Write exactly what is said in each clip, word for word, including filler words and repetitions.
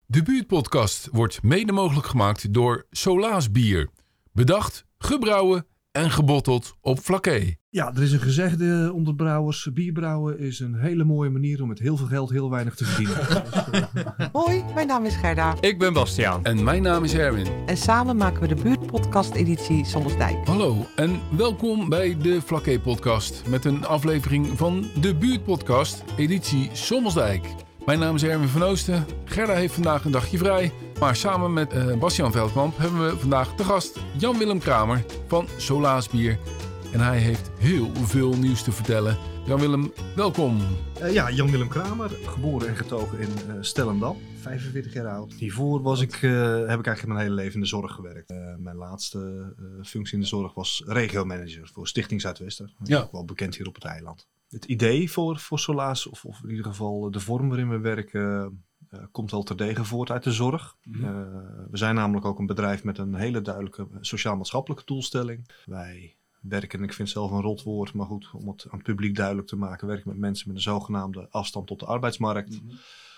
De Buurtpodcast wordt mede mogelijk gemaakt door Solaas Bier. Bedacht, gebrouwen en gebotteld op Flaké. Ja, er is een gezegde onder brouwers. Bierbrouwen is een hele mooie manier om met heel veel geld heel weinig te verdienen. Hoi, mijn naam is Gerda. Ik ben Bastiaan. En mijn naam is Erwin. En samen maken we de Buurtpodcast editie Sommelsdijk. Hallo en welkom bij de Flaké podcast met een aflevering van de Buurtpodcast editie Sommelsdijk. Mijn naam is Erwin van Oosten. Gerda heeft vandaag een dagje vrij. Maar samen met uh, Bastiaan Veldkamp hebben we vandaag te gast Jan-Willem Kramer van Solaas Bier. En hij heeft heel veel nieuws te vertellen. Jan-Willem, welkom. Uh, ja, Jan-Willem Kramer, geboren en getogen in uh, Stellendam, vijfenveertig jaar oud. Hiervoor was ik, uh, heb ik eigenlijk mijn hele leven in de zorg gewerkt. Uh, mijn laatste uh, functie in de zorg was regiomanager voor Stichting Zuidwester. Dat is ook wel bekend hier op het eiland. Het idee voor, voor Solaas, of, of in ieder geval de vorm waarin we werken, uh, komt wel terdege voort uit de zorg. Mm-hmm. Uh, we zijn namelijk ook een bedrijf met een hele duidelijke sociaal-maatschappelijke doelstelling. Wij werken, en ik vind het zelf een rot woord, maar goed, om het aan het publiek duidelijk te maken, werken met mensen met een zogenaamde afstand tot de arbeidsmarkt. Mm-hmm.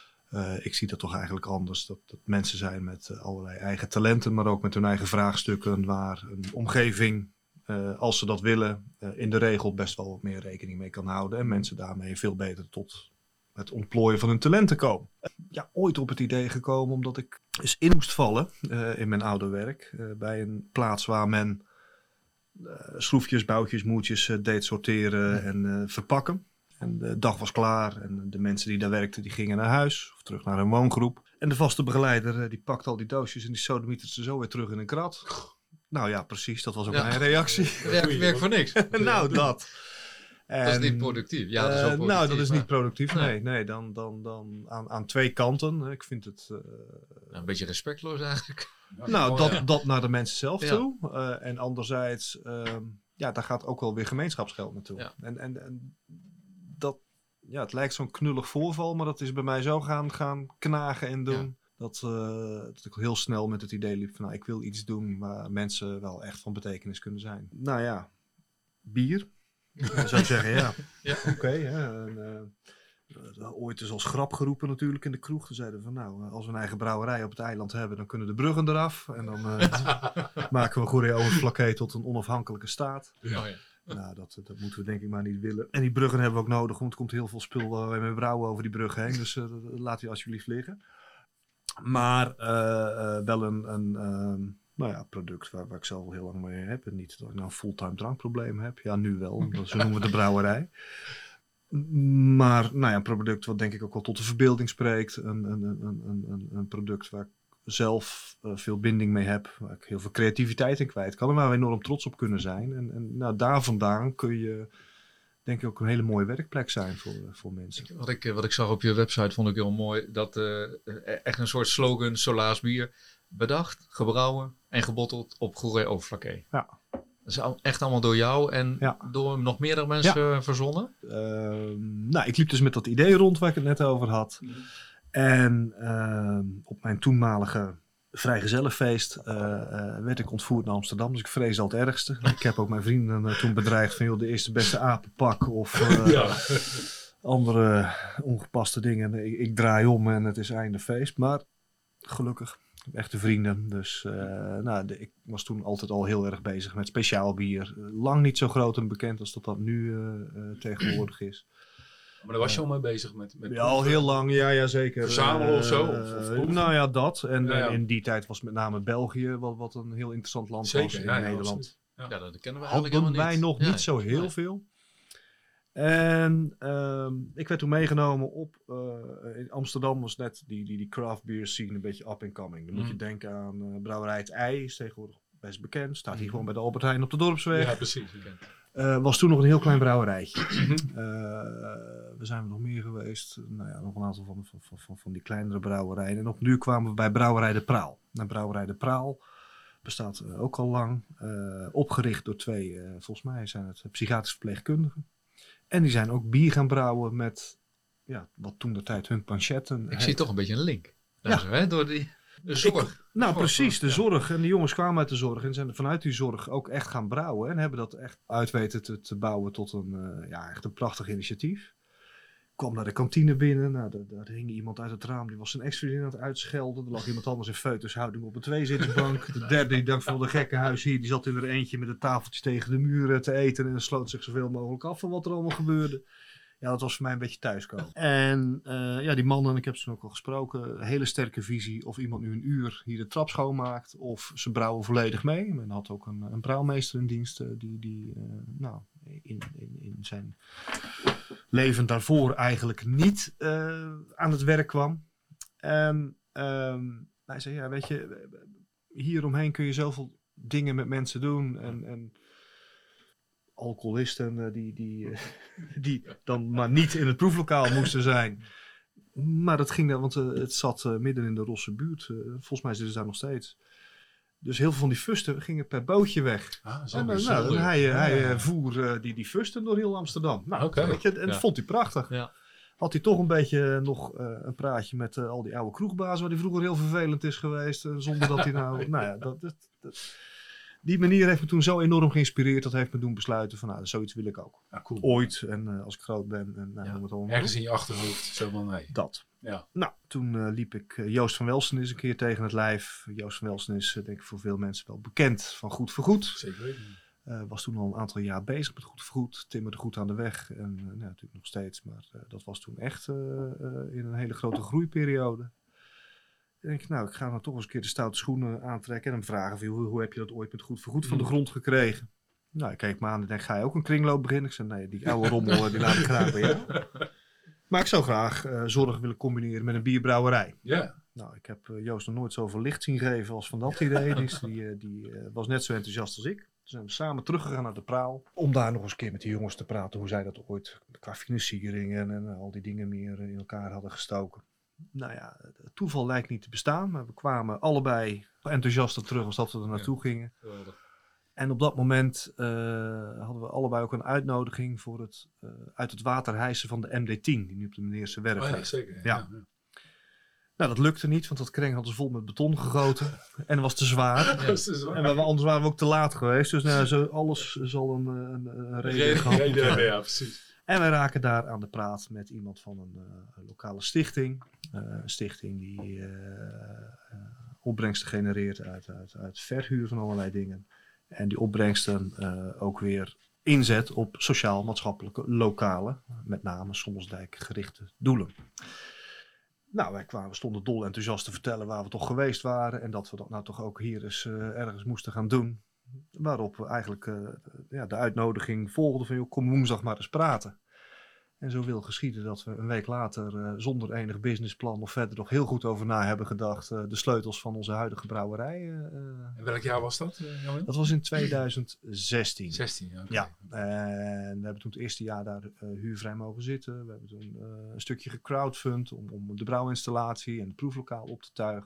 Uh, ik zie dat toch eigenlijk anders. Dat, dat mensen zijn met uh, allerlei eigen talenten, maar ook met hun eigen vraagstukken, waar een omgeving, Uh, als ze dat willen, uh, in de regel best wel wat meer rekening mee kan houden. En mensen daarmee veel beter tot het ontplooien van hun talenten komen. Uh, ja, ooit op het idee gekomen omdat ik eens in moest vallen uh, in mijn oude werk. Uh, bij een plaats waar men uh, schroefjes, boutjes, moertjes uh, deed sorteren en uh, verpakken. En de dag was klaar en de mensen die daar werkten, die gingen naar huis of terug naar hun woongroep. En de vaste begeleider, uh, die pakte al die doosjes en die sodemieterde ze zo weer terug in een krat. Nou ja, precies. Dat was ook ja. mijn reactie. Werk, werk voor niks. nou, dat. En, dat is niet productief. Ja, dat is ook productief. Uh, nou, dat is maar... niet productief. Nee, nee dan, dan, dan aan, aan twee kanten. Ik vind het... Uh, nou, een beetje respectloos eigenlijk. Ja, nou, dat, ja. dat naar de mensen zelf ja. toe. Uh, en anderzijds, uh, ja, daar gaat ook wel weer gemeenschapsgeld naartoe. Ja. En, en, en dat, ja, het lijkt zo'n knullig voorval, maar dat is bij mij zo gaan, gaan knagen en doen. Ja. Dat, uh, dat ik heel snel met het idee liep van nou, ik wil iets doen waar mensen wel echt van betekenis kunnen zijn. Nou ja, bier. Dan zou ik zeggen ja, ja. oké. Okay, uh, ooit is als grap geroepen natuurlijk in de kroeg. Toen zeiden we van nou, als we een eigen brouwerij op het eiland hebben, dan kunnen de bruggen eraf. En dan uh, maken we Goeree Flaké tot een onafhankelijke staat. Ja, ja. Nou, dat, dat moeten we denk ik maar niet willen. En die bruggen hebben we ook nodig, want er komt heel veel spul waar we mee brouwen over die brug heen. Dus uh, laat die alsjeblieft liggen. Maar uh, uh, wel een, een uh, nou ja, product waar, waar ik zelf al heel lang mee heb. En niet dat ik nou een fulltime drankprobleem heb. Ja, nu wel. Dat zo noemen we de brouwerij. Maar nou ja, een product wat denk ik ook wel tot de verbeelding spreekt. Een, een, een, een, een product waar ik zelf uh, veel binding mee heb. Waar ik heel veel creativiteit in kwijt kan. En waar we enorm trots op kunnen zijn. En, en nou, daar vandaan kun je... denk ik ook een hele mooie werkplek zijn voor, voor mensen. Wat ik, wat ik zag op je website vond ik heel mooi. Dat uh, echt een soort slogan, Solaas Bier. Bedacht, gebrouwen en gebotteld op Goeree Flaké. Ja. Dat is echt allemaal door jou en ja. door nog meerdere mensen ja. verzonnen? Uh, nou, ik liep dus met dat idee rond waar ik het net over had. Mm. En uh, op mijn toenmalige vrijgezellenfeest uh, uh, werd ik ontvoerd naar Amsterdam. Dus ik vrees al het ergste. Ik heb ook mijn vrienden uh, toen bedreigd van joh, de eerste beste apenpak of uh, ja. andere ongepaste dingen. Ik, ik draai om en het is einde feest. Maar gelukkig, echte vrienden. Dus uh, nou, de, ik was toen altijd al heel erg bezig met speciaal bier. Lang niet zo groot en bekend als dat dat nu uh, uh, tegenwoordig is. Maar daar was je al mee bezig met... met ja, al heel lang, ja, ja zeker. Verzamelen uh, of zo? Of, of uh, nou ja, dat. En, ja, ja. en in die tijd was met name België wat, wat een heel interessant land zeker, was in ja, Nederland. Ja, ja, dat kennen we eigenlijk helemaal wij niet. nog ja, niet zo heel ja. veel. En uh, ik werd toen meegenomen op... Uh, in Amsterdam was net die, die, die craft beer scene een beetje up and coming. Dan mm. moet je denken aan uh, Brouwerij Het Ei, is tegenwoordig best bekend. Staat hier mm. gewoon bij de Albert Heijn op de Dorpsweg. Ja, precies. Uh, was toen nog een heel klein brouwerijtje. uh, we zijn er nog meer geweest. Nou ja, nog een aantal van, van, van, van die kleinere brouwerijen. En op nu kwamen we bij Brouwerij de Praal. En Brouwerij de Praal bestaat uh, ook al lang. Uh, opgericht door twee, uh, volgens mij zijn het psychiatrische verpleegkundigen. En die zijn ook bier gaan brouwen met ja, wat toen de tijd hun panchetten. Ik zie toch een beetje een link. Daar ja. Zo, hè? Door die... De zorg. Ik, nou, precies, de zorg. En die jongens kwamen uit de zorg en zijn vanuit die zorg ook echt gaan brouwen. En hebben dat echt uit weten te, te bouwen tot een, uh, ja, echt een prachtig initiatief. kwam naar de kantine binnen. Nou, daar, daar hing iemand uit het raam. Die was zijn ex-vriendin aan het uitschelden. Er lag iemand anders in foetushouding op een tweezittersbank. De derde, die dacht van de gekkenhuis hier. Die zat in er eentje met een tafeltje tegen de muur te eten. En sloot zich zoveel mogelijk af van wat er allemaal gebeurde. Ja, dat was voor mij een beetje thuiskomen. En uh, ja, die mannen, ik heb ze ook al gesproken. Een hele sterke visie of iemand nu een uur hier de trap schoonmaakt. Of ze brouwen volledig mee. Men had ook een, een brouwmeester in dienst. Uh, die die uh, nou, in, in, in zijn leven daarvoor eigenlijk niet uh, aan het werk kwam. En um, hij zei, ja, weet je, hieromheen kun je zoveel dingen met mensen doen. En, en alcoholisten uh, die, die, uh, die dan maar niet in het proeflokaal moesten zijn. Maar dat ging, want uh, het zat uh, midden in de Rosse buurt. Uh, volgens mij zitten ze daar nog steeds. Dus heel veel van die fusten gingen per bootje weg. Ah, zo en, uh, nou, en hij, uh, hij uh, voer uh, die, die fusten door heel Amsterdam. Nou, okay. weet je, en ja. dat vond hij prachtig. Ja. Had hij toch een beetje nog uh, een praatje met uh, al die oude kroegbazen, waar hij vroeger heel vervelend is geweest. Uh, zonder dat hij nou... nou ja, dat, dat, dat, die manier heeft me toen zo enorm geïnspireerd. Dat heeft me doen besluiten van, nou, zoiets wil ik ook. Ja, cool. Ooit, en uh, als ik groot ben. En, nou, ja. het allemaal ergens in je achterhoofd, zo van, nee. Dat. Ja. Nou, toen uh, liep ik uh, Joost van Welsen eens een keer tegen het lijf. Joost van Welsen is, uh, denk ik, voor veel mensen wel bekend van Goed voor Goed. Zeker weten. Uh, was toen al een aantal jaar bezig met Goed voor Goed. Timmerde goed aan de weg. En uh, nou, natuurlijk nog steeds. Maar uh, dat was toen echt uh, uh, in een hele grote groeiperiode. Dan denk ik, nou, ik ga dan toch eens een keer de stoute schoenen aantrekken. En hem vragen, van, hoe, hoe heb je dat ooit met Goed voor Goed van de grond gekregen? Nou, ik keek me aan en denk, ga je ook een kringloop beginnen? Ik zei, nee, die oude rommel, die laat ik graag bij jou. Maar ik zou graag uh, zorg willen combineren met een bierbrouwerij. Ja. Yeah. Nou, ik heb uh, Joost nog nooit zoveel licht zien geven als van dat idee. Die, die, uh, die uh, was net zo enthousiast als ik. Toen zijn we samen teruggegaan naar de Praal. Om daar nog eens een keer met die jongens te praten. Hoe zij dat ooit qua financiering en, en al die dingen meer in elkaar hadden gestoken. Nou ja, het toeval lijkt niet te bestaan. Maar we kwamen allebei enthousiaster terug als dat we er naartoe ja. gingen. Geweldig. En op dat moment uh, hadden we allebei ook een uitnodiging voor het uh, uit het water hijsen van de M D tien. Die nu op de Meneerse Werf oh, ja, ligt. Zeker. Ja. Ja. Ja. Nou, dat lukte niet, want dat kreng hadden ze vol met beton gegoten. En dat was te zwaar. Ja. Was te zwaar. En we, anders waren we ook te laat geweest. Dus nou, zo, alles zal een, een, een reden, reden gehad. Reden, ja, precies. En we raken daar aan de praat met iemand van een, uh, een lokale stichting. Uh, een stichting die uh, uh, opbrengsten genereert uit, uit, uit verhuur van allerlei dingen. En die opbrengsten uh, ook weer inzet op sociaal-maatschappelijke lokale, met name Sommelsdijk gerichte doelen. Nou, wij kwamen, stonden dol enthousiast te vertellen waar we toch geweest waren. En dat we dat nou toch ook hier eens uh, ergens moesten gaan doen. Waarop we eigenlijk uh, ja, de uitnodiging volgden van, joh, kom woensdag maar eens praten. En zo wil geschieden dat we een week later uh, zonder enig businessplan of verder nog heel goed over na hebben gedacht. Uh, de sleutels van onze huidige brouwerij. Uh, en welk jaar was dat? Uh, dat was in twintig zestien. zestien, ja. Okay. Ja, en we hebben toen het eerste jaar daar uh, huurvrij mogen zitten. We hebben toen uh, een stukje gecrowdfund om, om de brouwinstallatie en het proeflokaal op te tuigen.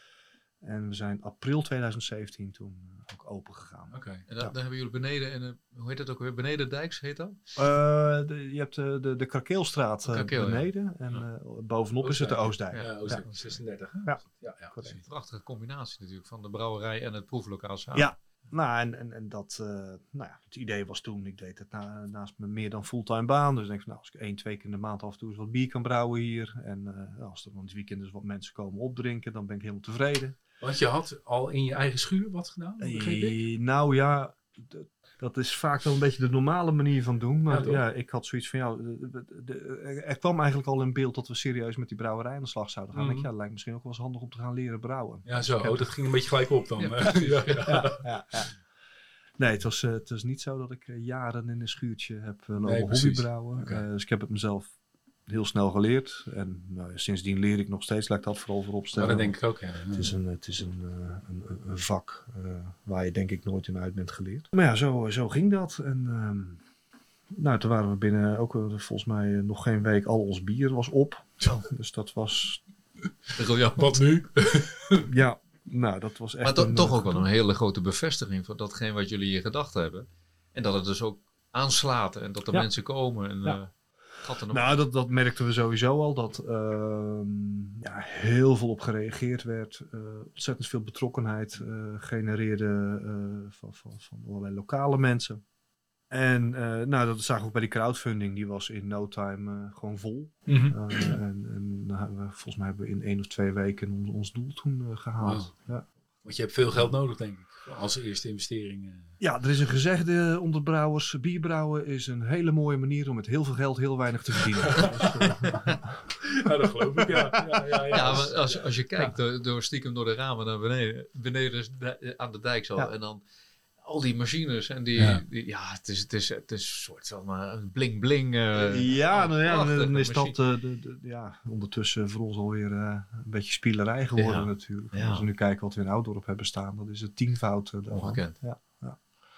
En we zijn april twintig zeventien toen uh, ook open gegaan. Oké. Okay. En dan, ja. dan hebben jullie beneden, in, hoe heet dat ook weer? Beneden Dijks heet dat? Uh, de, je hebt uh, de, de Krakeelstraat uh, Krakeel, beneden. Ja. En uh, bovenop Oostdijk. Is het de Oostdijk. Ja, Oostdijk ja. zesendertig. Hè? Ja. Ja, ja, dat is een prachtige combinatie natuurlijk van de brouwerij en het proeflokaal samen. Ja. Nou, en, en, en dat, uh, nou ja, het idee was toen, ik deed het na, naast me meer dan fulltime baan. Dus ik denk van, nou, als ik één, twee keer in de maand af en toe eens wat bier kan brouwen hier. En uh, als er dan het weekend dus wat mensen komen opdrinken, dan ben ik helemaal tevreden. Want je had al in je eigen schuur wat gedaan? E, nou ja, d- dat is vaak wel een beetje de normale manier van doen. Maar ja, ja ik had zoiets van, ja, de, de, de, er kwam eigenlijk al in beeld dat we serieus met die brouwerij aan de slag zouden gaan. Mm. Ik denk, ja, dat lijkt misschien ook wel eens handig om te gaan leren brouwen. Ja, zo, oh, dat ging een beetje gelijk op dan. Ja, ja, ja. ja, ja, ja. Nee, het was, uh, het was niet zo dat ik uh, jaren in een schuurtje heb uh, lopen nee, hobbybrouwen. Okay. Uh, dus ik heb het mezelf heel snel geleerd. En nou, sindsdien leer ik nog steeds, laat ik dat vooral voorop stellen. Ja, dat denk ik ook, ja. Het is een, het is een, een, een vak uh, waar je denk ik nooit in uit bent geleerd. Maar ja, zo, zo ging dat. En um, nou, toen waren we binnen ook uh, volgens mij uh, nog geen week, al ons bier was op. Dus dat was... Ja, wat nu? Ja, nou dat was echt... Maar to- een, toch ook wel een hele grote bevestiging van datgene wat jullie hier gedacht hebben. En dat het dus ook aanslaat en dat er ja. mensen komen en... Ja. Uh, Nou, dat, dat merkten we sowieso al, dat uh, ja, heel veel op gereageerd werd. Uh, ontzettend veel betrokkenheid uh, genereerde uh, van, van, van allerlei lokale mensen. En uh, nou, dat zagen we ook bij die crowdfunding. Die was in no time uh, gewoon vol. Mm-hmm. Uh, en en uh, volgens mij hebben we in één of twee weken ons, ons doel toen uh, gehaald. Wow. Ja. Want je hebt veel geld nodig, denk ik. Als eerste investering. Uh... Ja, er is een gezegde onder brouwers. Bierbrouwen is een hele mooie manier om met heel veel geld heel weinig te verdienen. dus, uh, nou, dat geloof ik, ja. Ja, ja, ja. ja maar als, als je kijkt ja. door, door stiekem door de ramen naar beneden. Beneden aan de dijk zo. Ja. En dan... Al die machines en die, ja, die, ja het, is, het, is, het is een soort van uh, bling bling. Uh, ja, nou ja, dan is dat uh, de, de, ja, ondertussen voor ons alweer uh, een beetje spielerij geworden ja. natuurlijk. Ja. Als we nu kijken wat we in Oudorp hebben staan, dat is het tienvoud. Uh, Ongekend. Ja, ja.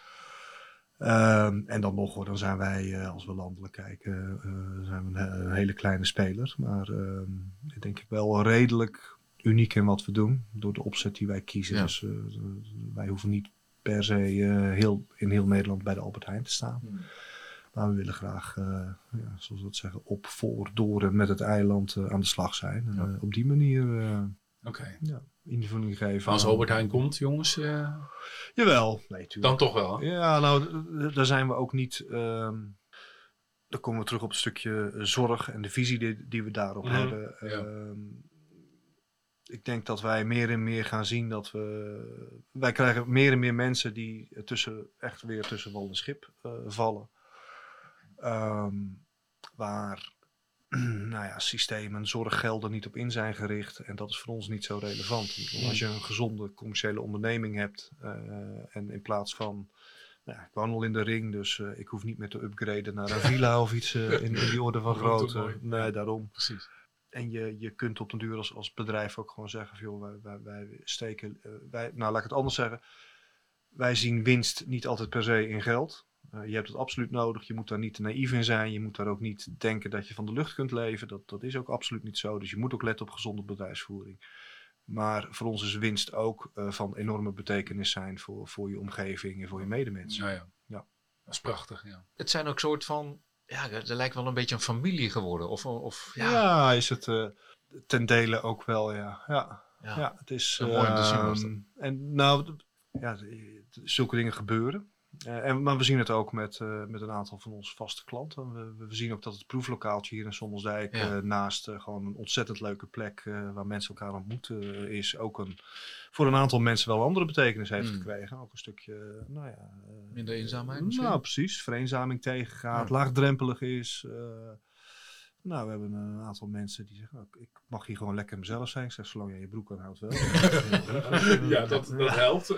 Um, en dan nog hoor, dan zijn wij, uh, als we landelijk kijken, uh, zijn we een, een hele kleine speler. Maar uh, ik denk ik wel redelijk uniek in wat we doen, door de opzet die wij kiezen. Ja. Dus uh, wij hoeven niet per se uh, heel, in heel Nederland bij de Albert Heijn te staan. Hmm. Maar we willen graag, uh, ja, zoals we dat zeggen, op, voor, door en met het eiland uh, aan de slag zijn. En, uh, op die manier uh, okay. ja, invulling geven. Als Albert Heijn komt, jongens? Uh... Jawel. Nee, dan toch wel? Hè? Ja, nou, d- daar zijn we ook niet... Um, dan komen we terug op het stukje zorg en de visie die, die we daarop mm-hmm. hebben. Ja. Um, Ik denk dat wij meer en meer gaan zien dat we... Wij krijgen meer en meer mensen die tussen, echt weer tussen wal en schip uh, vallen. Um, waar nou ja, systemen, zorggelden niet op in zijn gericht. En dat is voor ons niet zo relevant. Want als je een gezonde commerciële onderneming hebt... Uh, en in plaats van... Nou, ik woon al in de ring, dus uh, ik hoef niet meer te upgraden naar een villa of iets uh, in, in die orde van grootte. Nee, daarom. Precies. En je, je kunt op den duur als, als bedrijf ook gewoon zeggen... Joh, wij, wij, wij steken... Uh, wij, nou, laat ik het anders zeggen. Wij zien winst niet altijd per se in geld. Uh, je hebt het absoluut nodig. Je moet daar niet te naïef in zijn. Je moet daar ook niet denken dat je van de lucht kunt leven. Dat, dat is ook absoluut niet zo. Dus je moet ook letten op gezonde bedrijfsvoering. Maar voor ons is winst ook uh, van enorme betekenis zijn... Voor, voor je omgeving en voor je medemensen. Ja, ja. Ja. Dat is prachtig, ja. Het zijn ook soort van... Ja, er lijkt wel een beetje een familie geworden. Of, of, ja. ja, is het uh, ten dele ook wel, ja. Ja, ja. ja het is... Uh, mooi om te zien was dat. En nou, ja, zulke dingen gebeuren. Uh, en, maar we zien het ook met, uh, met een aantal van onze vaste klanten. We, we zien ook dat het proeflokaaltje hier in Sommelsdijk... Ja. Uh, naast uh, gewoon een ontzettend leuke plek... Uh, waar mensen elkaar ontmoeten uh, is... ook een, voor een aantal mensen wel een andere betekenis heeft mm. gekregen. Ook een stukje, uh, nou ja... Uh, minder eenzaamheid misschien? Nou, precies. Vereenzaming tegengaat. Ja. Laagdrempelig is... Uh, Nou, we hebben een aantal mensen die zeggen, nou, ik mag hier gewoon lekker mezelf zijn. Ik zeg, zolang jij je broek aanhoudt wel. Ja, dat, dat helpt.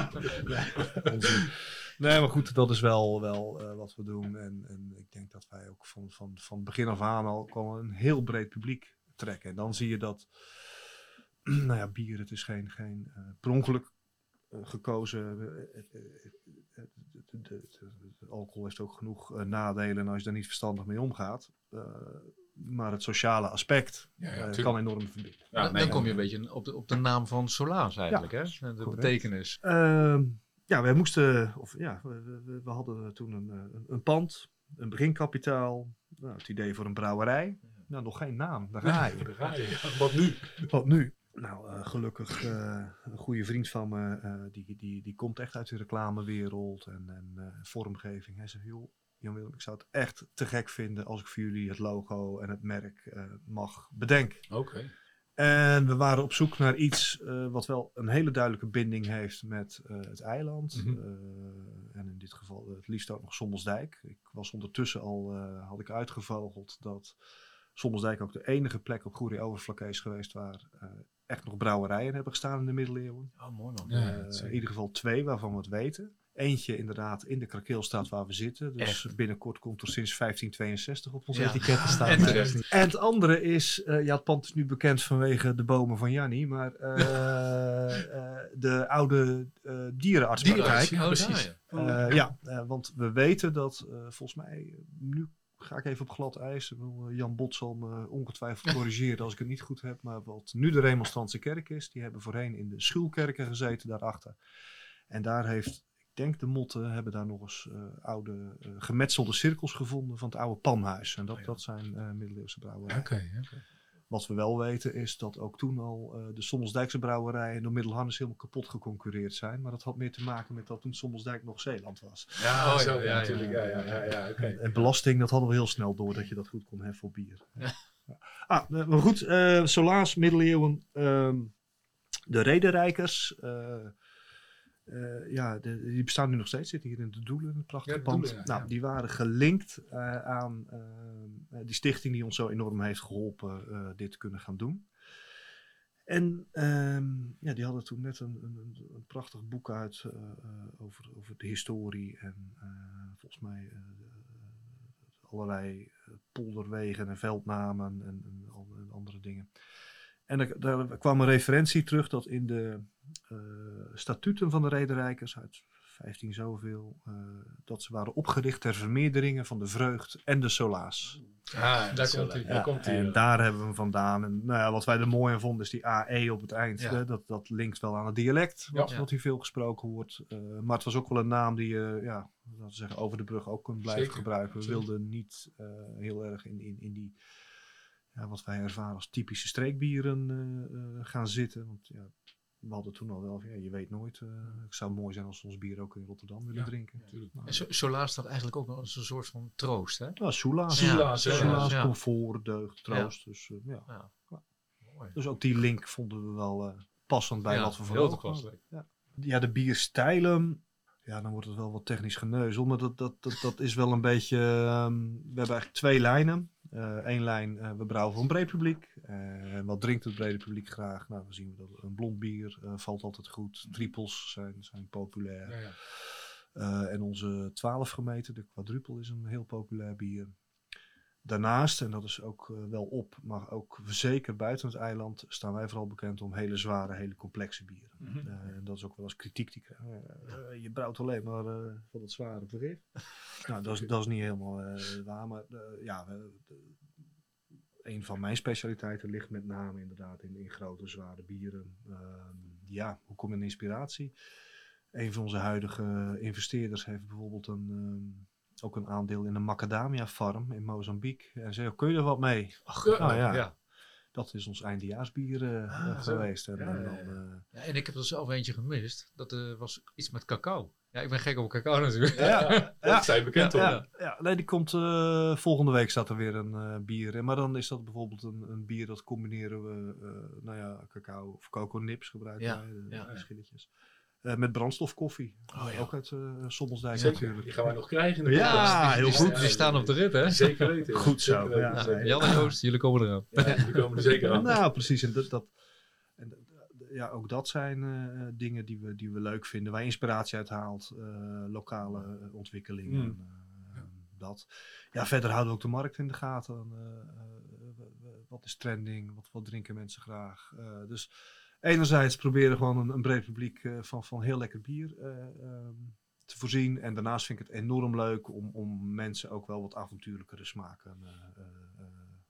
Nee, maar goed, dat is wel, wel uh, wat we doen. En, en ik denk dat wij ook van, van, van begin af aan al gewoon een heel breed publiek trekken. En dan zie je dat, nou ja, bier, het is geen, geen uh, per ongeluk uh, gekozen. Uh, uh, uh, de, de, de, de alcohol heeft ook genoeg uh, nadelen als je daar niet verstandig mee omgaat. Uh, maar het sociale aspect ja, ja, uh, kan enorm verbinden. Ja, dan, nee, dan kom je een beetje op de, op de naam van Solaas eigenlijk, ja, hè? De correct. Betekenis. Uh, ja, wij moesten, of ja, we, we, we hadden toen een, een, een pand, een beginkapitaal, nou, het idee voor een brouwerij. Nou, nog geen naam, daar ga je. Daar ga je. Wat nu? Wat nu? Nou, uh, gelukkig uh, een goede vriend van me, uh, die, die, die komt echt uit de reclamewereld en, en uh, vormgeving. Hij zegt, joh, Jan Willem, ik zou het echt te gek vinden als ik voor jullie het logo en het merk uh, mag bedenken. Oké. Okay. En we waren op zoek naar iets uh, wat wel een hele duidelijke binding heeft met uh, het eiland. Mm-hmm. Uh, en in dit geval uh, het liefst ook nog Sommelsdijk. Ik was ondertussen al, uh, had ik uitgevogeld dat Sommelsdijk ook de enige plek op Goeree-Overflakkee is geweest waar uh, echt nog brouwerijen hebben gestaan in de middeleeuwen. Oh, mooi man. Uh, ja, in ieder geval twee waarvan we het weten. Eentje inderdaad in de Krakeelstraat waar we zitten. Dus echt? Binnenkort komt er sinds vijftien tweeënzestig op ons ja. etiket te staan. En, en het andere is, uh, ja, het pand is nu bekend vanwege de bomen van Jannie, maar uh, uh, de oude uh, dierenartspraktijk. Ja, precies. Uh, ja, uh, want we weten dat uh, volgens mij, nu ga ik even op glad ijs. Jan Bot zal me ongetwijfeld corrigeren als ik het niet goed heb. Maar wat nu de Remonstrantse kerk is, die hebben voorheen in de schuilkerken gezeten daarachter. En daar heeft, ik denk de motten, hebben daar nog eens uh, oude uh, gemetselde cirkels gevonden van het oude panhuis. En dat, oh ja. dat zijn uh, middeleeuwse brouwerijen. Oké, okay, oké. Okay. Wat we wel weten is dat ook toen al uh, de Sommelsdijkse brouwerijen door Middelharnis helemaal kapot geconcurreerd zijn. Maar dat had meer te maken met dat toen Sommelsdijk nog Zeeland was. Ja, oh, zo, ja, ja, natuurlijk. Ja, ja, ja, ja, okay. En belasting, dat hadden we heel snel door dat je dat goed kon heffen op bier. Ja. Ja. Ah, maar goed, uh, Solaas, middeleeuwen, uh, de Rederijkers... Uh, Uh, ja, de, die bestaan nu nog steeds, zitten hier in de Doelen, het prachtige ja, pand. Doelen, ja, nou, ja. Die waren gelinkt uh, aan uh, die stichting die ons zo enorm heeft geholpen uh, dit te kunnen gaan doen. En um, ja, die hadden toen net een, een, een prachtig boek uit uh, uh, over, over de historie en uh, volgens mij uh, allerlei polderwegen en veldnamen en, en, en andere dingen. En er, daar kwam een referentie terug dat in de uh, statuten van de Rederijkers uit vijftien zoveel, uh, dat ze waren opgericht ter vermeerderingen van de vreugd en de solaas. Ah, daar komt hij. Ja, en ja. daar hebben we hem vandaan. En nou ja, wat wij er mooi aan vonden is die A E op het eind. Ja. Hè, dat, dat linkt wel aan het dialect, wat, ja. wat hier veel gesproken wordt. Uh, maar het was ook wel een naam die je uh, ja, laten we zeggen, over de brug ook kunt blijven Zeker. gebruiken. We Zeker. wilden niet uh, heel erg in, in, in die... Ja, wat wij ervaren als typische streekbieren uh, uh, gaan zitten. Want ja, we hadden toen al wel, ja, je weet nooit. Uh, het zou mooi zijn als we ons bier ook in Rotterdam willen ja, drinken. Natuurlijk. Nou, en so- Solaas staat eigenlijk ook wel als een soort van troost, hè? Ja, Soelaas. Ja, Soelaas, ja, Soelaas ja. comfort, deugd, troost. Ja. Dus, uh, ja. Ja. Ja. Mooi. Dus ook die link vonden we wel uh, passend bij ja, wat we heel toepasselijk. Ja. ja, de bierstijlen. Ja, dan wordt het wel wat technisch geneuzel. Maar dat, dat, dat, dat is wel een beetje... Um, we hebben eigenlijk twee lijnen. Eén uh, lijn, uh, we brouwen voor een breed publiek. Uh, wat drinkt het brede publiek graag? Nou, dan zien we dat een blond bier uh, valt altijd goed. Triples zijn, zijn populair. Ja, ja. Uh, en onze twaalf gemeten, de quadruple, is een heel populair bier. Daarnaast, en dat is ook uh, wel op, maar ook zeker buiten het eiland, staan wij vooral bekend om hele zware, hele complexe bieren. Mm-hmm. Uh, en dat is ook wel eens kritiek die krijgen. Uh, uh, je brouwt alleen maar uh, van het zware vergif. Nou, dat is, dat is niet helemaal uh, waar, maar uh, ja, uh, een van mijn specialiteiten ligt met name inderdaad in, in grote, zware bieren. Uh, ja, hoe kom je aan inspiratie? Een van onze huidige investeerders heeft bijvoorbeeld een... Um, ook een aandeel in een macadamia farm in Mozambique. En zei, kun je er wat mee? Ach, nou ja, ja, dat is ons eindejaarsbier uh, ah, geweest. En, ja, en, ja, dan, ja. Uh, ja, en ik heb er zelf eentje gemist. Dat uh, was iets met cacao. Ja, ik ben gek op cacao natuurlijk. Ja, ja, dat ja, zijn bekend ja, hoor. Ja, ja, nee, die komt uh, volgende week staat er weer een uh, bier in. Maar dan is dat bijvoorbeeld een, een bier dat combineren we, uh, nou ja, cacao of cocoa nips gebruiken ja, wij, de, ja, de schilletjes. Uh, met brandstofkoffie. Oh, ja. Ook uit uh, Sommelsdijk Zeker. natuurlijk. Die gaan wij nog krijgen. In de ja, podcast. heel die, goed. Die, die staan op de rit, hè? Zeker weten. Goed zo. Zeker Ja, weten. ja, Jan en Joost, jullie komen eraan. Ja, jullie komen er zeker aan. Nou, precies. En dat, dat, en, ja, ook dat zijn uh, dingen die we, die we leuk vinden. Waar inspiratie uit haalt. Uh, lokale uh, ontwikkelingen. Mm. Uh, ja. Dat. Ja, verder houden we ook de markt in de gaten. Uh, uh, wat is trending? Wat, wat drinken mensen graag? Uh, dus... Enerzijds proberen gewoon een, een breed publiek uh, van, van heel lekker bier uh, um, te voorzien. En daarnaast vind ik het enorm leuk om, om mensen ook wel wat avontuurlijkere smaken uh, uh, uh,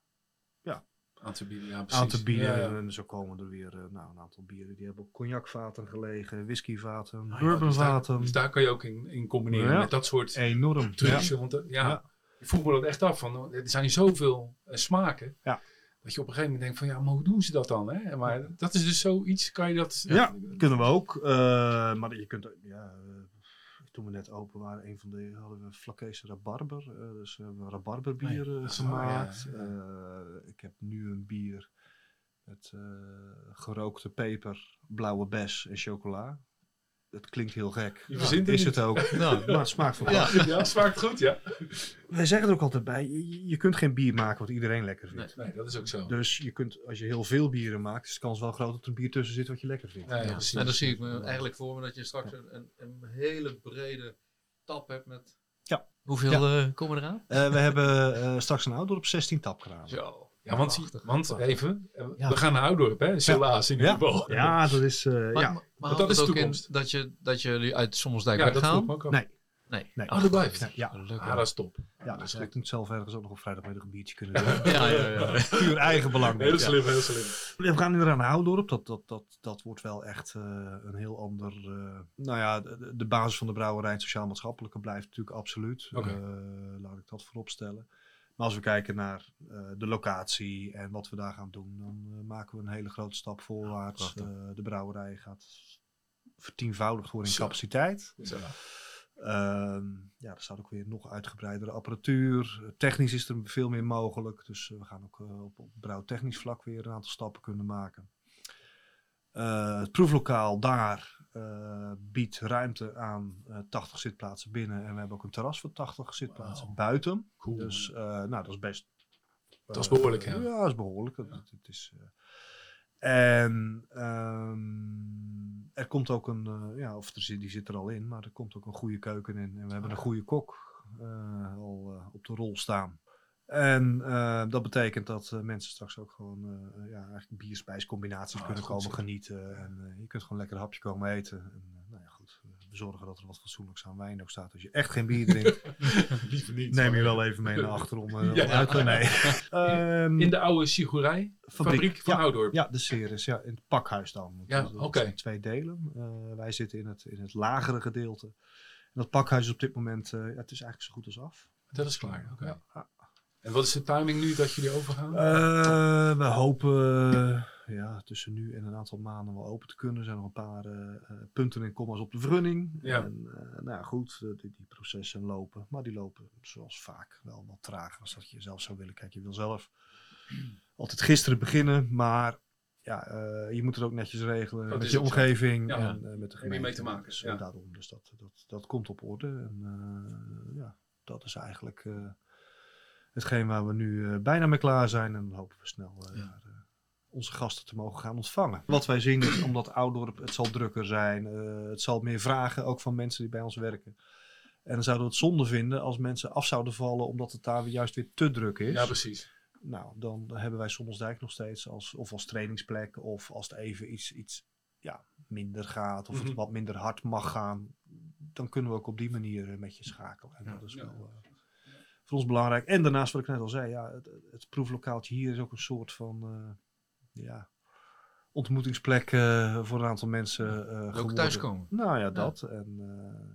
ja, aan te bieden. Ja, aan te bieden. Ja, ja. En zo komen er weer uh, nou, een aantal bieren. Die hebben op cognacvaten gelegen, whiskyvaten, oh, ja, bourbonvaten. Dus daar, dus daar kan je ook in, in combineren ja, met dat soort enorm trucs. Ja. Want uh, ja, ja. ik vroeg me dat echt af. Van, er zijn zoveel uh, smaken. Ja. Dat je op een gegeven moment denkt van ja, maar hoe doen ze dat dan? Hè? Maar dat is dus zoiets, kan je dat... Ja, ja kunnen we ook. Uh, maar je kunt... Ja, uh, toen we net open waren, een van de hadden we Flakese rabarber. Uh, dus we hebben rabarberbier uh, gemaakt. Ja, ja. Uh, ik heb nu een bier met uh, gerookte peper, blauwe bes en chocola. Het klinkt heel gek. Je verzint ja, is het het ook. Nou, maar het smaakt fantastisch. Ja, ja, het smaakt goed, ja. Wij zeggen er ook altijd bij, je, je kunt geen bier maken wat iedereen lekker vindt. Nee, nee, dat is ook zo. Dus je kunt, als je heel veel bieren maakt, is de kans wel groot dat er een bier tussen zit wat je lekker vindt. Ja, ja, ja. En dan zie ik me eigenlijk voor me dat je straks een, een, een hele brede tap hebt met... Ja. Hoeveel ja. uh, komen eraan? Uh, we hebben uh, straks een outdoor op zestien tapkranen. Zo. Ja, want, Prachtig. want even, ja. we gaan naar Oudorp, hè? Solaas in ieder geval. Ja, dat is... Uh, maar, ja. maar, maar dat is de toekomst. In dat, je, dat jullie uit Sommelsdijk ja, weggaan? Dat nee. Nee. nee. Oh, dat blijft. Nee, ja. Ah, dat is top. Ja, dus ik moet zelf ergens ook nog op vrijdagmiddag een biertje kunnen doen. ja, ja, ja. Puur eigen belang. Heel slim, heel slim. We gaan nu naar Oudorp. Dat, dat, dat, dat wordt wel echt uh, een heel ander... Uh, nou ja, de, de basis van de brouwerij, het sociaal-maatschappelijke, blijft natuurlijk absoluut. Okay. Uh, laat ik dat voorop stellen. Maar als we kijken naar uh, de locatie en wat we daar gaan doen, dan uh, maken we een hele grote stap voorwaarts. Uh, de brouwerij gaat vertienvoudigd worden in Zo. capaciteit. Zo. Uh, ja, er staat ook weer nog uitgebreidere apparatuur. Technisch is er veel meer mogelijk. Dus uh, we gaan ook uh, op, op brouwtechnisch vlak weer een aantal stappen kunnen maken. Uh, het proeflokaal daar uh, biedt ruimte aan uh, tachtig zitplaatsen binnen. En we hebben ook een terras voor tachtig zitplaatsen wow. buiten. Cool. Dus uh, nou, dat is best... Uh, dat is behoorlijk, hè? Ja, dat is behoorlijk. Ja. Het, het is, uh, en um, er komt ook een... Uh, ja, of er zit, die zit er al in, maar er komt ook een goede keuken in. En we hebben een goede kok uh, al uh, op de rol staan. En uh, dat betekent dat uh, mensen straks ook gewoon uh, ja, eigenlijk bier-spijscombinaties oh, kunnen komen zo. genieten. En uh, je kunt gewoon lekker een hapje komen eten. En uh, nou ja, goed, we zorgen dat er wat fatsoenlijks aan wijn ook staat. Als je echt geen bier drinkt, liever niet. Neem je wel even mee naar achter om uh, ja, uit te nee. um, In de oude Sigorij fabriek, fabriek van ja, Oudorp. Ja, de Ceres, ja, in het pakhuis dan. Ja, oké. Okay. Twee delen. Uh, wij zitten in het, in het lagere gedeelte. En dat pakhuis is op dit moment, uh, ja, het is eigenlijk zo goed als af. Dat is klaar, oké. Okay. Ja. En wat is de timing nu dat jullie overgaan? Uh, we hopen uh, ja, tussen nu en een aantal maanden wel open te kunnen. Er zijn nog een paar uh, punten en komma's op de vergunning. Ja. En, uh, nou ja, goed, uh, die, die processen lopen. Maar die lopen zoals vaak wel wat trager als dat je zelf zou willen. Kijk, je wil zelf altijd gisteren beginnen. Maar ja, uh, je moet het ook netjes regelen dat met je omgeving ja. en uh, met de gemeente. Mee te maken. Dus, ja. daarom, dus dat, dat, dat komt op orde. En uh, ja, dat is eigenlijk... Uh, hetgeen waar we nu uh, bijna mee klaar zijn. En dan hopen we snel uh, ja. uh, onze gasten te mogen gaan ontvangen. Wat wij zien is, omdat Oudorp, het zal drukker zijn. Uh, het zal meer vragen, ook van mensen die bij ons werken. En dan zouden we het zonde vinden als mensen af zouden vallen, omdat het daar juist weer te druk is. Ja, precies. Nou, dan hebben wij Sommelsdijk nog steeds als, of als trainingsplek. Of als het even iets, iets ja, minder gaat. Of mm-hmm. het wat minder hard mag gaan. Dan kunnen we ook op die manier uh, met je schakelen. En ja, dat is ja. wel... Uh, voor ons belangrijk. En daarnaast, wat ik net al zei, ja, het, het proeflokaaltje hier is ook een soort van uh, ja, ontmoetingsplek uh, voor een aantal mensen uh, geworden. Ook thuiskomen. Nou ja, dat. Ja. En uh,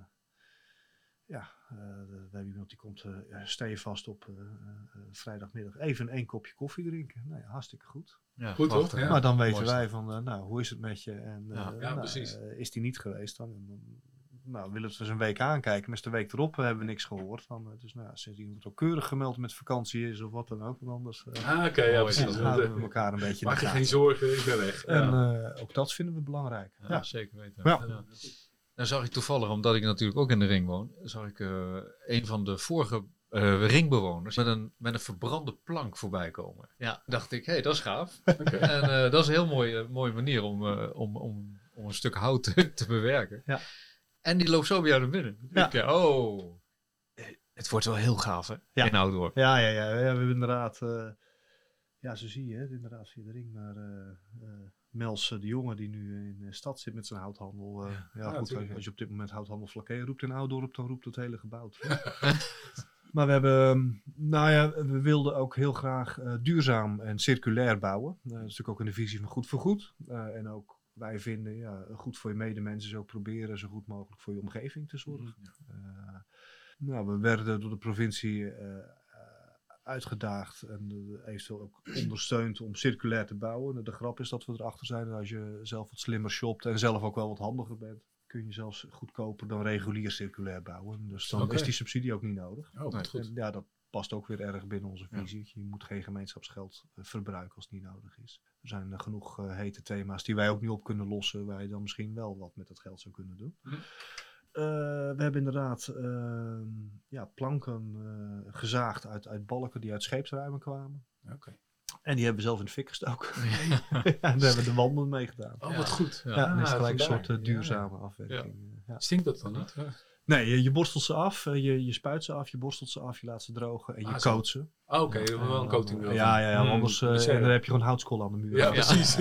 ja, uh, we hebben iemand die komt uh, stevast op uh, uh, vrijdagmiddag even één kopje koffie drinken. Nou ja, hartstikke goed. Ja, goed toch? Ja. Maar dan weten Mooi wij van, uh, nou, hoe is het met je? En uh, ja, ja, nou, precies. Uh, is die niet geweest dan? En dan nou, willen we het eens een week aankijken. Maar de week erop hebben we niks gehoord. Dan, dus nou, sindsdien wordt het ook keurig gemeld met vakantie is of wat dan ook. Want anders uh, ah, okay, ja, precies. Dan houden we elkaar een beetje. Maak je geen zorgen, ik ben weg. En ja. uh, ook dat vinden we belangrijk. Ja, ja. zeker weten. Ja. Ja. Nou zag ik toevallig, omdat ik natuurlijk ook in de ring woon, zag ik uh, een van de vorige uh, ringbewoners met een, met een verbrande plank voorbij komen. Ja, dacht ik, hé, hey, dat is gaaf. Okay. En uh, dat is een heel mooie, uh, mooie manier om, uh, om, om, om een stuk hout te, te bewerken. Ja. En die loopt zo bij jou naar binnen. Ja. Ik, uh, oh, het wordt wel heel gaaf, hè? Ja. In Oudorp. Ja, ja, ja, ja. We hebben inderdaad, uh, ja, zo zie je, hè, inderdaad via de ring naar uh, uh, Mels uh, de jongen die nu in de stad zit met zijn houthandel. Uh, ja, ja, goed, als je op dit moment houthandel Vlakke roept in Oudorp, dan roept het hele gebouw. Maar we hebben, nou ja, we wilden ook heel graag uh, duurzaam en circulair bouwen. Uh, dat is natuurlijk ook in de visie van goed voor goed. Uh, en ook wij vinden, ja, goed voor je medemens is ook proberen zo goed mogelijk voor je omgeving te zorgen. Ja. Uh, nou, we werden door de provincie uh, uh, uitgedaagd en uh, eventueel ook ondersteund om circulair te bouwen. De grap is dat we erachter zijn dat als je zelf wat slimmer shopt en zelf ook wel wat handiger bent, kun je zelfs goedkoper dan regulier circulair bouwen. Dus dan okay. is die subsidie ook niet nodig. Oh, nee, goed. En, ja, dat past ook weer erg binnen onze visie. Ja. Je moet geen gemeenschapsgeld uh, verbruiken als het niet nodig is. Er zijn uh, genoeg uh, hete thema's die wij ook niet op kunnen lossen, waar je dan misschien wel wat met dat geld zou kunnen doen. Mm. Uh, we hebben inderdaad uh, ja, planken uh, gezaagd uit, uit balken die uit scheepsruimen kwamen. Okay. En die hebben we zelf in de fik gestoken. Ja. En daar hebben we de wanden mee gedaan. Oh, wat goed. Ja, ja, dat is gelijk een soort uh, duurzame ja. afwerking. Ja. Ja. Stinkt dat dan niet? Ja. Nee, je, je borstelt ze af, je, je spuit ze af, je borstelt ze af, je laat ze drogen en je ah, coat ze. Oh, oké, we hebben wel een coating nodig. Ja, ja, ja, mm, anders uh, en dan heb je gewoon houtskool aan de muur. Ja, ja. precies.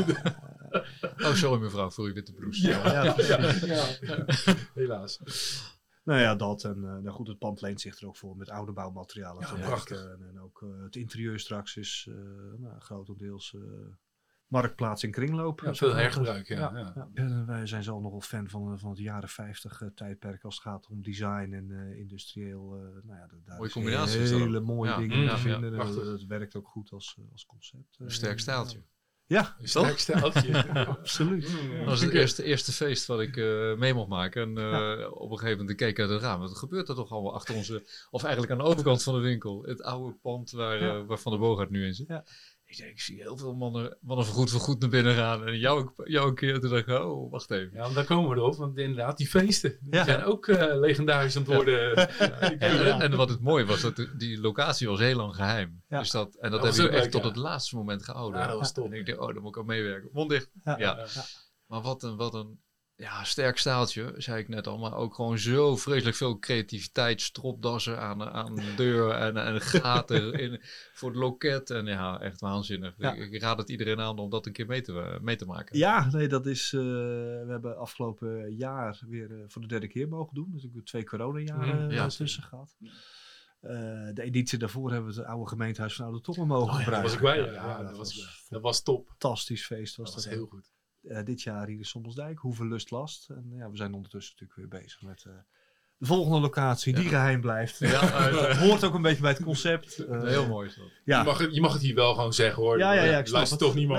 Oh, sorry mevrouw, voor uw witte blouse. Ja, ja, ja, ja, ja. Helaas. Nou ja, dat. En uh, nou goed, het pand leent zich er ook voor met oude bouwmaterialen. Ja, prachtig. En, en ook uh, het interieur straks is uh, nou, grotendeels uh, Marktplaats en kringloop. Ja, veel hergebruik, ja. ja, ja. ja. ja wij zijn zelf nogal fan van, van het jaren vijftig uh, tijdperk als het gaat om design en uh, industrieel. Uh, nou ja, daar mooie combinatie. Hele mooie ja. dingen ja, te vinden. Ja, dat, dat werkt ook goed als, als concept. Een sterk staaltje. Ja, een sterk staaltje. ja, absoluut. Ja. Dat was het eerste, eerste feest wat ik uh, mee mocht maken. En uh, ja. op een gegeven moment keek ik uit het raam. Wat gebeurt er toch allemaal achter onze... Of eigenlijk aan de overkant van de winkel. Het oude pand waar, ja. uh, waar Van der Boogaard nu in zit. Ja. Ik denk, ik zie heel veel mannen, mannen vergoed vergoed naar binnen gaan. En jou, jou een keer. Toen dacht ik, oh, wacht even. Ja, daar komen we erop. Want inderdaad, die feesten die ja. zijn ook uh, legendarisch aan het worden. Ja. Ja, en, en, en wat het mooie was, dat die locatie was heel lang geheim. Ja. Dus dat, en dat, dat hebben we echt leuk, tot ja. het laatste moment gehouden. Ja, dat was top. En ik dacht, oh, daar moet ik aan meewerken. Mond dicht. Ja. Ja. Ja. Maar wat een, wat een ja, sterk staaltje, zei ik net al. Maar ook gewoon zo vreselijk veel creativiteit. Stropdassen aan, aan de deur en, en gaten in, voor het loket. En ja, echt waanzinnig. Ja. Ik, ik raad het iedereen aan om dat een keer mee te, mee te maken. Ja, nee, dat is... Uh, we hebben afgelopen jaar weer uh, voor de derde keer mogen doen. Dus ik heb twee coronajaren mm, ja. tussen gehad. Uh, de editie daarvoor hebben we het oude gemeentehuis van Oude Tongen mogen oh, ja, gebruiken. Dat was ik bij, ja. ja, ja dat, dat, was, was, dat was top. Fantastisch feest was dat. Dat was heel goed. Uh, dit jaar hier in Sommelsdijk, Hoeve Lust Last. En ja, we zijn ondertussen natuurlijk weer bezig met uh, de volgende locatie, ja. die geheim blijft. Ja, uh, hoort ook een beetje bij het concept. Uh, heel mooi is dat. Ja. Je, mag het, je mag het hier wel gewoon zeggen hoor. Ja, ja, ja, ik luistert toch niemand.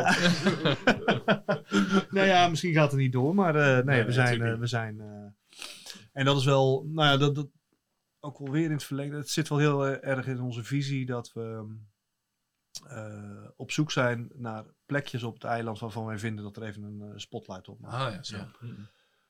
nou ja, misschien gaat het niet door, maar uh, nee, nee, we zijn... Uh, we zijn uh, en dat is wel, nou ja, dat, dat ook wel weer in het verlengde. Het zit wel heel uh, erg in onze visie dat we... Uh, op zoek zijn naar plekjes op het eiland waarvan wij vinden dat er even een uh, spotlight op mag. Ah ja, zo. Ja. Mm-hmm.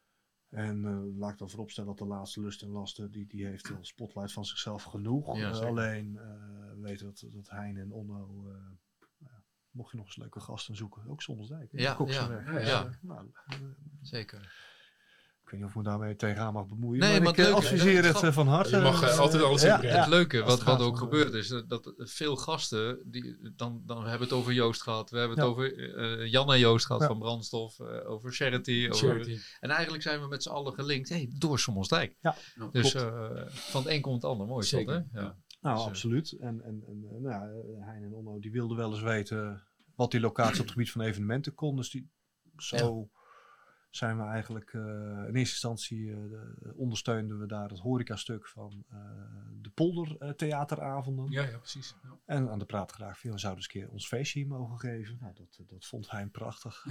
En uh, laat ik dan vooropstellen dat de laatste lust en lasten, die, die heeft een spotlight van zichzelf genoeg. Ja, uh, alleen uh, we weten dat, dat Hein en Onno, uh, uh, mocht je nog eens leuke gasten zoeken, ook Sommelsdijk. Ja, ja, ja, ja. ja. Nou, uh, zeker. Ik weet niet of ik me daarmee tegenaan mag bemoeien. Nee, maar, maar ik leuke, adviseer het uh, van harte. Je mag uh, altijd alles ja, ja. Het leuke, wat, wat ook gebeurt is, dat, dat veel gasten, die, dan, dan hebben we het over Joost gehad. We hebben het ja. over uh, Jan en Joost gehad ja. van Brandstof. Uh, over Charity. Charity. Over, en eigenlijk zijn we met z'n allen gelinkt hey, door Sommelsdijk. Ja. Nou, dus uh, van het een komt het ander. Mooi is dat, hè? Ja. Ja. Nou, dus, absoluut. En, en, en nou ja, Hein en Onno, die wilden wel eens weten wat die locatie op het gebied van evenementen kon. Dus die zo... Ja. zijn we eigenlijk uh, in eerste instantie uh, de, ondersteunden we daar het horecastuk van uh, de Polder uh, theateravonden. Ja, ja, precies. Ja. En aan de praatgraaf, we zouden eens een keer ons feestje hier mogen geven. Nou, dat, dat vond hij prachtig.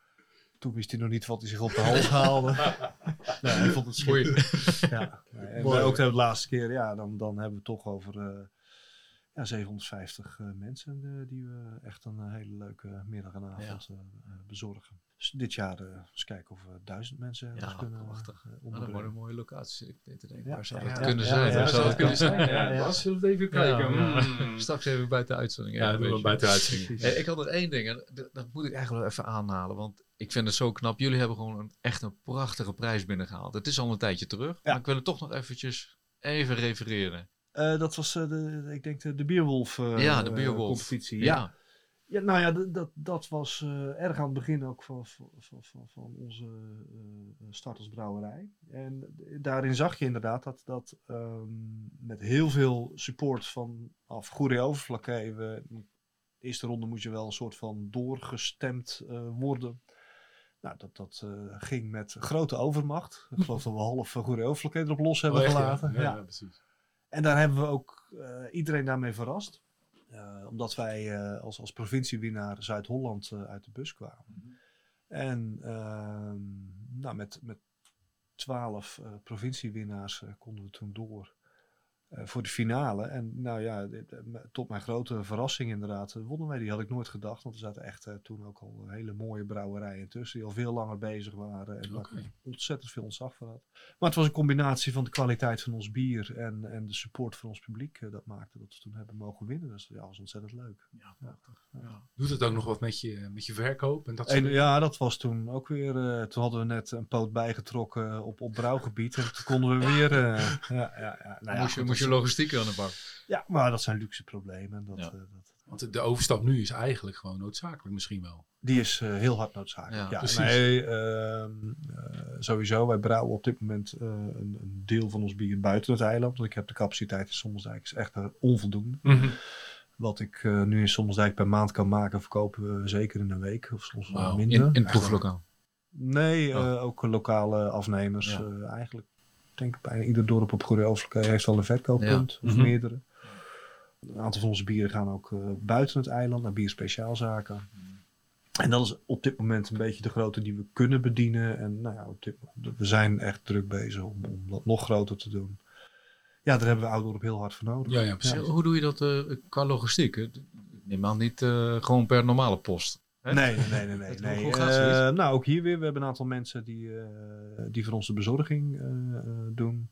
Toen wist hij nog niet wat hij zich op de hals haalde. Nee, hij vond het schitterend. Ja. En Mooi, ook de laatste keer, ja, dan, dan hebben we toch over uh, ja, zevenhonderdvijftig uh, mensen uh, die we echt een uh, hele leuke middag en avond ja. uh, bezorgen. Dus dit jaar uh, eens kijken of we duizend mensen ja, kunnen prachtig. Uh, nou, dat wordt een mooie locatie. Ik deed te denken, ja. waar zou ja, dat ja, kunnen ja, zijn? Ja, ja, waar zou dat kunnen zijn? Ja, ja, ja. Zullen we het even kijken? Ja, mm. Straks even buiten de uitzending. Ja, doen we buiten de uitzending. Eh, ik had nog één ding, en dat, dat moet ik eigenlijk wel even aanhalen, want ik vind het zo knap. Jullie hebben gewoon een, echt een prachtige prijs binnengehaald. Het is al een tijdje terug, ja. maar ik wil het toch nog eventjes even refereren. Uh, dat was uh, de, ik denk de, de Bierwolf uh, ja, de Bierwolf. competitie. Ja. ja. Ja, nou ja, d- dat, dat was uh, erg aan het begin ook van, van, van, van onze uh, startersbrouwerij. En daarin zag je inderdaad dat, dat um, met heel veel support vanaf Goeree Overflakkee, we in de eerste ronde moest je wel een soort van doorgestemd uh, worden. Nou, dat, dat uh, ging met grote overmacht. Ik geloof dat we half Goeree Overflakkee erop los hebben oh, echt, gelaten. Ja? Ja, ja. ja, precies. En daar hebben we ook uh, iedereen daarmee verrast. Uh, omdat wij uh, als, als provinciewinnaar Zuid-Holland uh, uit de bus kwamen. Mm-hmm. En uh, nou, met, met twaalf uh, provinciewinnaars uh, konden we toen door uh, voor de finale. En nou ja, dit, uh, tot mijn grote verrassing inderdaad, uh, wonnen wij. Die had ik nooit gedacht, want er zaten echt uh, toen ook al hele mooie brouwerijen tussen. Die al veel langer bezig waren en okay. waar ontzettend veel ontzag voor had. Maar het was een combinatie van de kwaliteit van ons bier en, en de support van ons publiek. Uh, dat maakte dat we toen hebben mogen winnen. Dus ja, dat was ontzettend leuk. Ja, prachtig. Ja. Ja. Doet het ook nog wat met je, met je verkoop? En dat en, ja, dat was toen ook weer... Uh, toen hadden we net een poot bijgetrokken op, op brouwgebied. En toen konden we weer... Uh, ja, ja, ja, nou ja, moest je, moest je logistiek aan de bak. Ja, maar dat zijn luxe problemen. Dat, ja. uh, dat, Want de overstap nu is eigenlijk gewoon noodzakelijk misschien wel. Die is uh, heel hard noodzakelijk. Ja, ja nee, uh, uh, sowieso. Wij brouwen op dit moment uh, een, een deel van ons bier buiten het eiland. Want ik heb de capaciteit in Sommelsdijk is echt uh, onvoldoende. Mm-hmm. Wat ik uh, nu in Sommelsdijk per maand kan maken, verkopen we zeker in een week of soms wow. minder. In, in het proeflokaal? Nee, uh, oh. ook lokale afnemers. Ja. Uh, eigenlijk denk ik bijna ieder dorp op Goeree Overflakkee heeft wel een verkooppunt. Ja. Of mm-hmm. meerdere. Een aantal van onze bieren gaan ook uh, buiten het eiland naar bierspeciaalzaken. Mm. En dat is op dit moment een beetje de grootte die we kunnen bedienen. En nou ja, op dit, we zijn echt druk bezig om, om dat nog groter te doen. Ja, daar hebben we Oud-Dorp heel hard voor nodig. Ja, ja, precies. Ja. Hoe doe je dat uh, qua logistiek? Ik neem aan niet uh, gewoon per normale post. Hè? Nee, nee, nee. nee, nee. Hoe gaat uh, nou, ook hier weer. We hebben een aantal mensen die, uh, die voor ons de bezorging uh, uh, doen.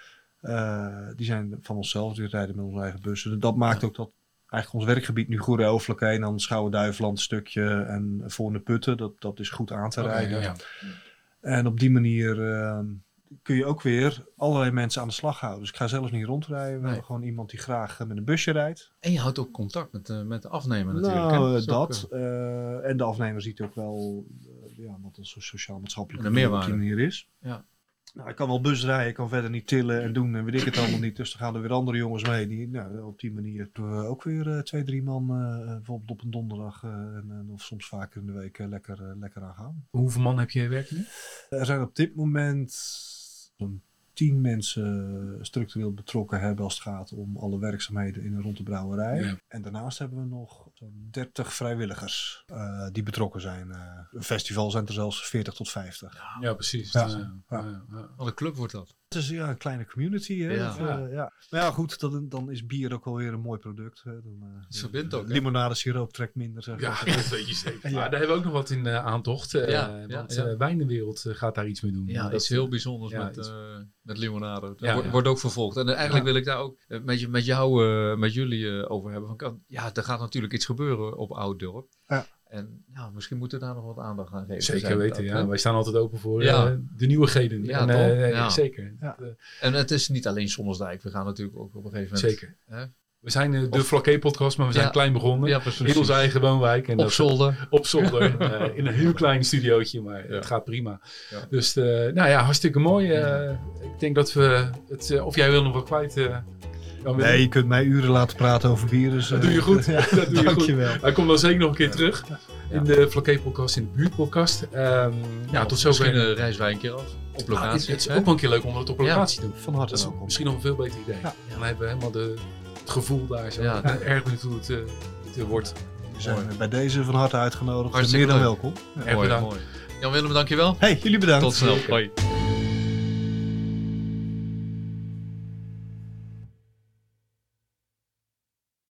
Uh, die zijn van onszelf, die rijden met onze eigen bussen. Dat maakt ja. ook dat eigenlijk ons werkgebied nu Goeree Overflakkee en dan Schouwen-Duiveland stukje en voor de Putten. Dat, dat is goed aan te okay, rijden. Ja, ja. En op die manier uh, kun je ook weer allerlei mensen aan de slag houden. Dus ik ga zelfs niet rondrijden. We nee. hebben gewoon iemand die graag met een busje rijdt. En je houdt ook contact met, uh, met de afnemer natuurlijk. Nou, dat. dat uh, uh, en de afnemer ziet ook wel uh, ja, wat een sociaal-maatschappelijke manier is. Ja. Nou, ik kan wel bus rijden, ik kan verder niet tillen en doen en weet ik het allemaal niet. Dus dan gaan er weer andere jongens mee. Die, nou, op die manier hebben we ook weer uh, twee, drie man uh, bijvoorbeeld op een donderdag uh, en, en, of soms vaker in de week uh, lekker, uh, lekker aan gaan. Hoeveel man heb je werken nu? Er zijn op dit moment zo'n tien mensen structureel betrokken hebben als het gaat om alle werkzaamheden in en rond de brouwerij. Ja. En daarnaast hebben we nog zo'n dertig vrijwilligers uh, die betrokken zijn. Uh, een festival zijn er zelfs veertig tot vijftig. Ja, ja precies. Ja. Ja. Ja. Ja. Ja. Wat een club wordt dat. Het is ja, een kleine community. Hè? Ja. Dat, uh, ja. Ja. Maar ja, goed, dat, dan is bier ook wel weer een mooi product. Hè? Dan, uh, het verbindt ook. Limonade siroop trekt minder. Zeg. Ja, dat weet je zeker. Ja. Maar daar hebben we ook nog wat in uh, aantocht. Uh, ja, want ja, ja. Uh, wijnenwereld uh, gaat daar iets mee doen. Ja, dat is heel bijzonders ja, met, uh, met limonade. Dat ja, wordt, ja. wordt ook vervolgd. En uh, eigenlijk ja. wil ik daar ook uh, met, met jou, uh, met jullie uh, over hebben. Van, kan, ja, er gaat natuurlijk iets gebeuren op Oud-Dorp. Ja. En nou, misschien moeten we daar nog wat aandacht aan geven. Zeker weten, ja. Wij staan altijd open voor ja. uh, de nieuwigheden. Ja, en, uh, ja. Zeker. Ja. En het is niet alleen Sommelsdijk. We gaan natuurlijk ook op een gegeven moment... Zeker. Hè? We zijn uh, de of, Flakkee podcast, maar we zijn ja, klein begonnen. Ja, in onze eigen woonwijk. En op dat, zolder. Op zolder. uh, in een heel klein studiootje, maar ja. het gaat prima. Ja. Dus uh, nou ja, hartstikke mooi. Uh, ik denk dat we het... Uh, of jij wil nog wat kwijt... Uh, Nee, je kunt mij uren laten praten over virussen. Dus, dat doe je goed. Ja, dat doe je dankjewel. Goed. Hij komt dan zeker nog een keer terug ja. in de Flakkee podcast, in de buurtpodcast. Um, ja, ja, tot zover. Misschien uh, reizen wij een keer af op locatie. Ah, het, het is ook wel een keer leuk om het op locatie te ja, doen. Van harte dat is welkom. Misschien nog een veel beter idee. Ja. Dan hebben we helemaal de, het gevoel daar zo. Ja, ik ben erg benieuwd hoe het, uh, het uh, wordt. We zijn mooi. Bij deze van harte uitgenodigd. Hartstikke meer dan welkom. Ja, mooi, mooi. Jan-Willem, dankjewel. Hey, jullie bedankt. Tot snel. Hoi.